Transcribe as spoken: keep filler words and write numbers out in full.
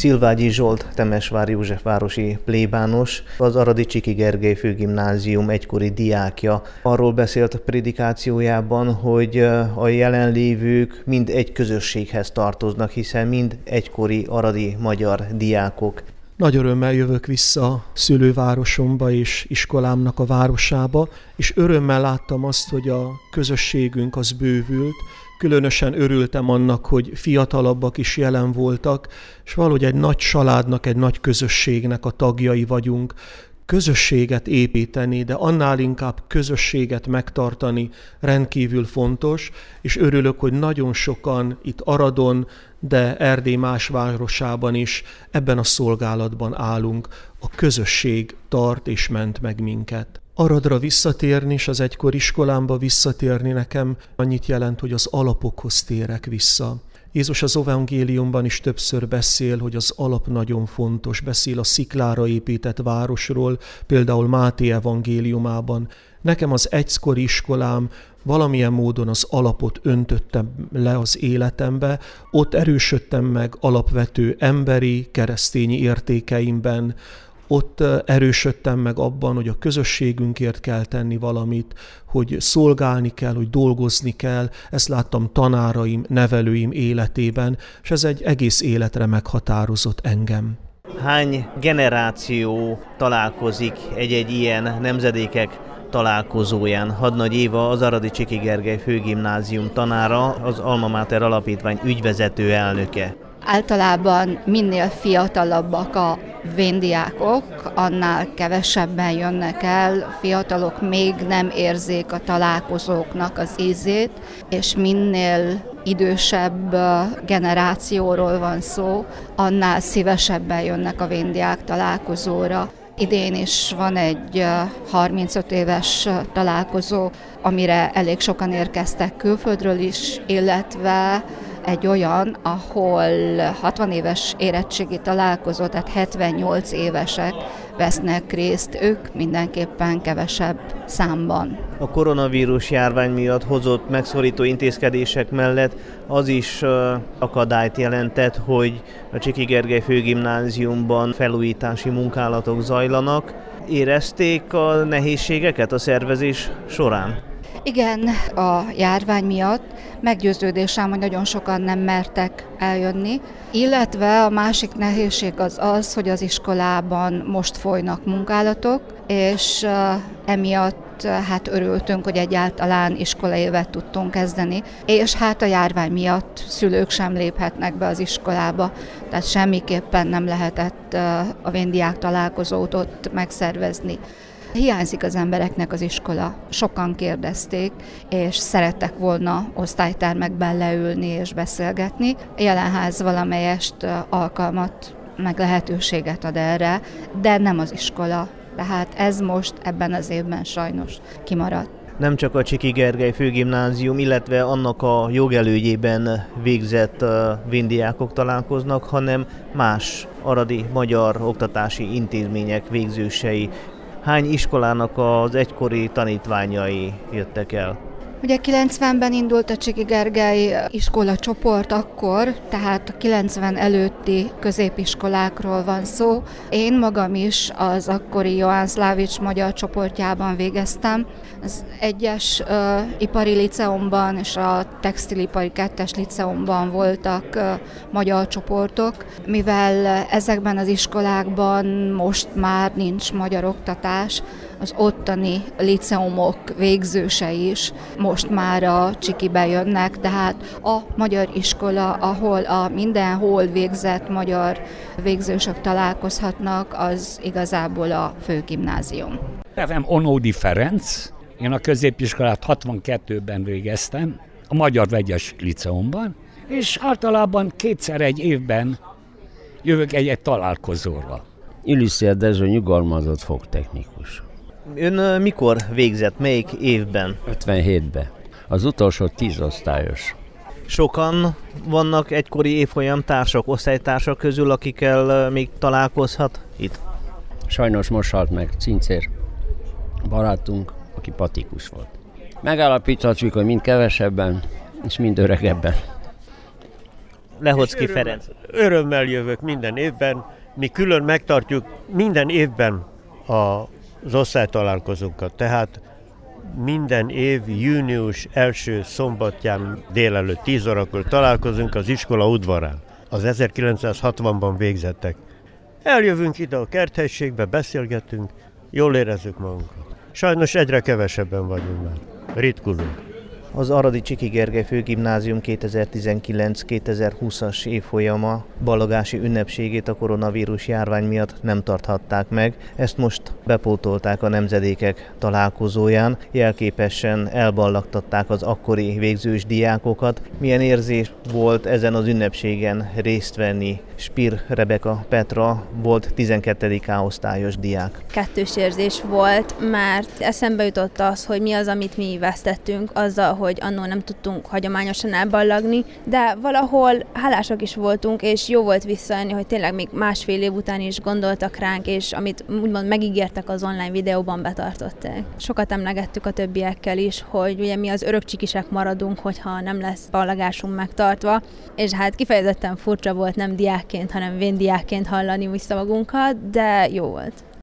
Szilvágyi Zsolt, Temesvár Józsefvárosi plébános, az Aradi Csiki Gergely Főgimnázium egykori diákja. Arról beszélt a prédikációjában, hogy a jelenlévők mind egy közösséghez tartoznak, hiszen mind egykori aradi magyar diákok. Nagy örömmel jövök vissza szülővárosomba és iskolámnak a városába, és örömmel láttam azt, hogy a közösségünk az bővült. Különösen örültem annak, hogy fiatalabbak is jelen voltak, és valahogy egy nagy családnak, egy nagy közösségnek a tagjai vagyunk. Közösséget építeni, de annál inkább közösséget megtartani rendkívül fontos, és örülök, hogy nagyon sokan itt Aradon, de Erdély más városában is ebben a szolgálatban állunk. A közösség tart és ment meg minket. Aradra visszatérni, és az egykor iskolámba visszatérni nekem annyit jelent, hogy az alapokhoz térek vissza. Jézus az evangéliumban is többször beszél, hogy az alap nagyon fontos. Beszél a sziklára épített városról, például Máté evangéliumában. Nekem az egykori iskolám valamilyen módon az alapot öntöttem le az életembe, ott erősödtem meg alapvető emberi, keresztényi értékeimben, ott erősödtem meg abban, hogy a közösségünkért kell tenni valamit, hogy szolgálni kell, hogy dolgozni kell. Ezt láttam tanáraim, nevelőim életében, és ez egy egész életre meghatározott engem. Hány generáció találkozik egy-egy ilyen nemzedékek találkozóján? Hadnagy Éva, az Aradi Csiki Gergely Főgimnázium tanára, az Alma Mater Alapítvány ügyvezető elnöke. Általában minél fiatalabbak a véndiákok, annál kevesebben jönnek el, fiatalok még nem érzik a találkozóknak az ízét, és minél idősebb generációról van szó, annál szívesebben jönnek a véndiák találkozóra. Idén is van egy harmincöt éves találkozó, amire elég sokan érkeztek külföldről is, illetve egy olyan, ahol hatvan éves érettségi találkozó, tehát hetvennyolc évesek vesznek részt, ők mindenképpen kevesebb számban. A koronavírus járvány miatt hozott megszorító intézkedések mellett az is akadályt jelentett, hogy a Csiki Gergely Főgimnáziumban felújítási munkálatok zajlanak. Érezték a nehézségeket a szervezés során? Igen, a járvány miatt meggyőződésem, hogy nagyon sokan nem mertek eljönni, illetve a másik nehézség az az, hogy az iskolában most folynak munkálatok, és emiatt hát örültünk, hogy egyáltalán iskolaévet tudtunk kezdeni, és hát a járvány miatt szülők sem léphetnek be az iskolába, tehát semmiképpen nem lehetett a véndiák találkozót ott megszervezni. Hiányzik az embereknek az iskola. Sokan kérdezték, és szerettek volna osztálytermekben leülni és beszélgetni. A jelenház valamelyest alkalmat, meg lehetőséget ad erre, de nem az iskola. Tehát ez most ebben az évben sajnos kimaradt. Nem csak a Csiki Gergely Főgimnázium, illetve annak a jogelődjében végzett véndiákok találkoznak, hanem más aradi magyar oktatási intézmények végzősei. Hány iskolának az egykori tanítványai jöttek el? Ugye kilencvenben indult a Csiki Gergely iskola csoport akkor, tehát a kilencven előtti középiskolákról van szó. Én magam is az akkori Johann Szlávics magyar csoportjában végeztem. Az egyes uh, ipari liceumban és a textilipari kettes liceumban voltak uh, magyar csoportok, mivel ezekben az iskolákban most már nincs magyar oktatás, az ottani liceumok végzőse is most már a Csikibe jönnek, tehát a magyar iskola, ahol a mindenhol végzett magyar végzősök találkozhatnak, az igazából a főgimnázium. Nevem Onódi Ferenc, én a középiskolát hatvankettőben végeztem, a Magyar Vegyes Liceumban, és általában kétszer egy évben jövök egy-egy találkozóra. Illiszér Dezső nyugalmazott fogtechnikus. Ön mikor végzett, melyik évben? ötvenhétben. Az utolsó tízosztályos. Sokan vannak egykori évfolyam társak, osztálytársak közül, akikkel még találkozhat itt? Sajnos most halt meg Cincér barátunk, aki patikus volt. Megállapíthatjuk, hogy mind kevesebben és mind öregebben. Lehocki Ferenc. Örömmel jövök minden évben. Mi külön megtartjuk minden évben az osztálytalálkozónkat. Tehát minden év június első szombatján délelőtt tíz órakor találkozunk az iskola udvarán. Az ezerkilencszázhatvanban végzettek. Eljövünk ide a kerthelységbe, beszélgetünk, jól érezzük magunkat. Sajnos egyre kevesebben vagyunk már. Ritkulunk. Az Aradi Csiki Gergely Főgimnázium kétezer-tizenkilenc-kétezer-húszas évfolyama ballagási ünnepségét a koronavírus járvány miatt nem tarthatták meg. Ezt most bepótolták a nemzedékek találkozóján. Jelképesen elballagtatták az akkori végzős diákokat. Milyen érzés volt ezen az ünnepségen részt venni? Spir Rebeka Petra volt tizenkettedik A-osztályos diák. Kettős érzés volt, mert eszembe jutott az, hogy mi az, amit mi vesztettünk azzal, hogy annól nem tudtunk hagyományosan elballagni, de valahol hálásak is voltunk, és jó volt visszajönni, hogy tényleg még másfél év után is gondoltak ránk, és amit úgymond megígértek az online videóban, betartották. Sokat emlegettük a többiekkel is, hogy ugye mi az örök csikisek maradunk, hogyha nem lesz ballagásunk megtartva, és hát kifejezetten furcsa volt nem diákként, hanem véndiákként hallani vissza magunkat, de jó volt.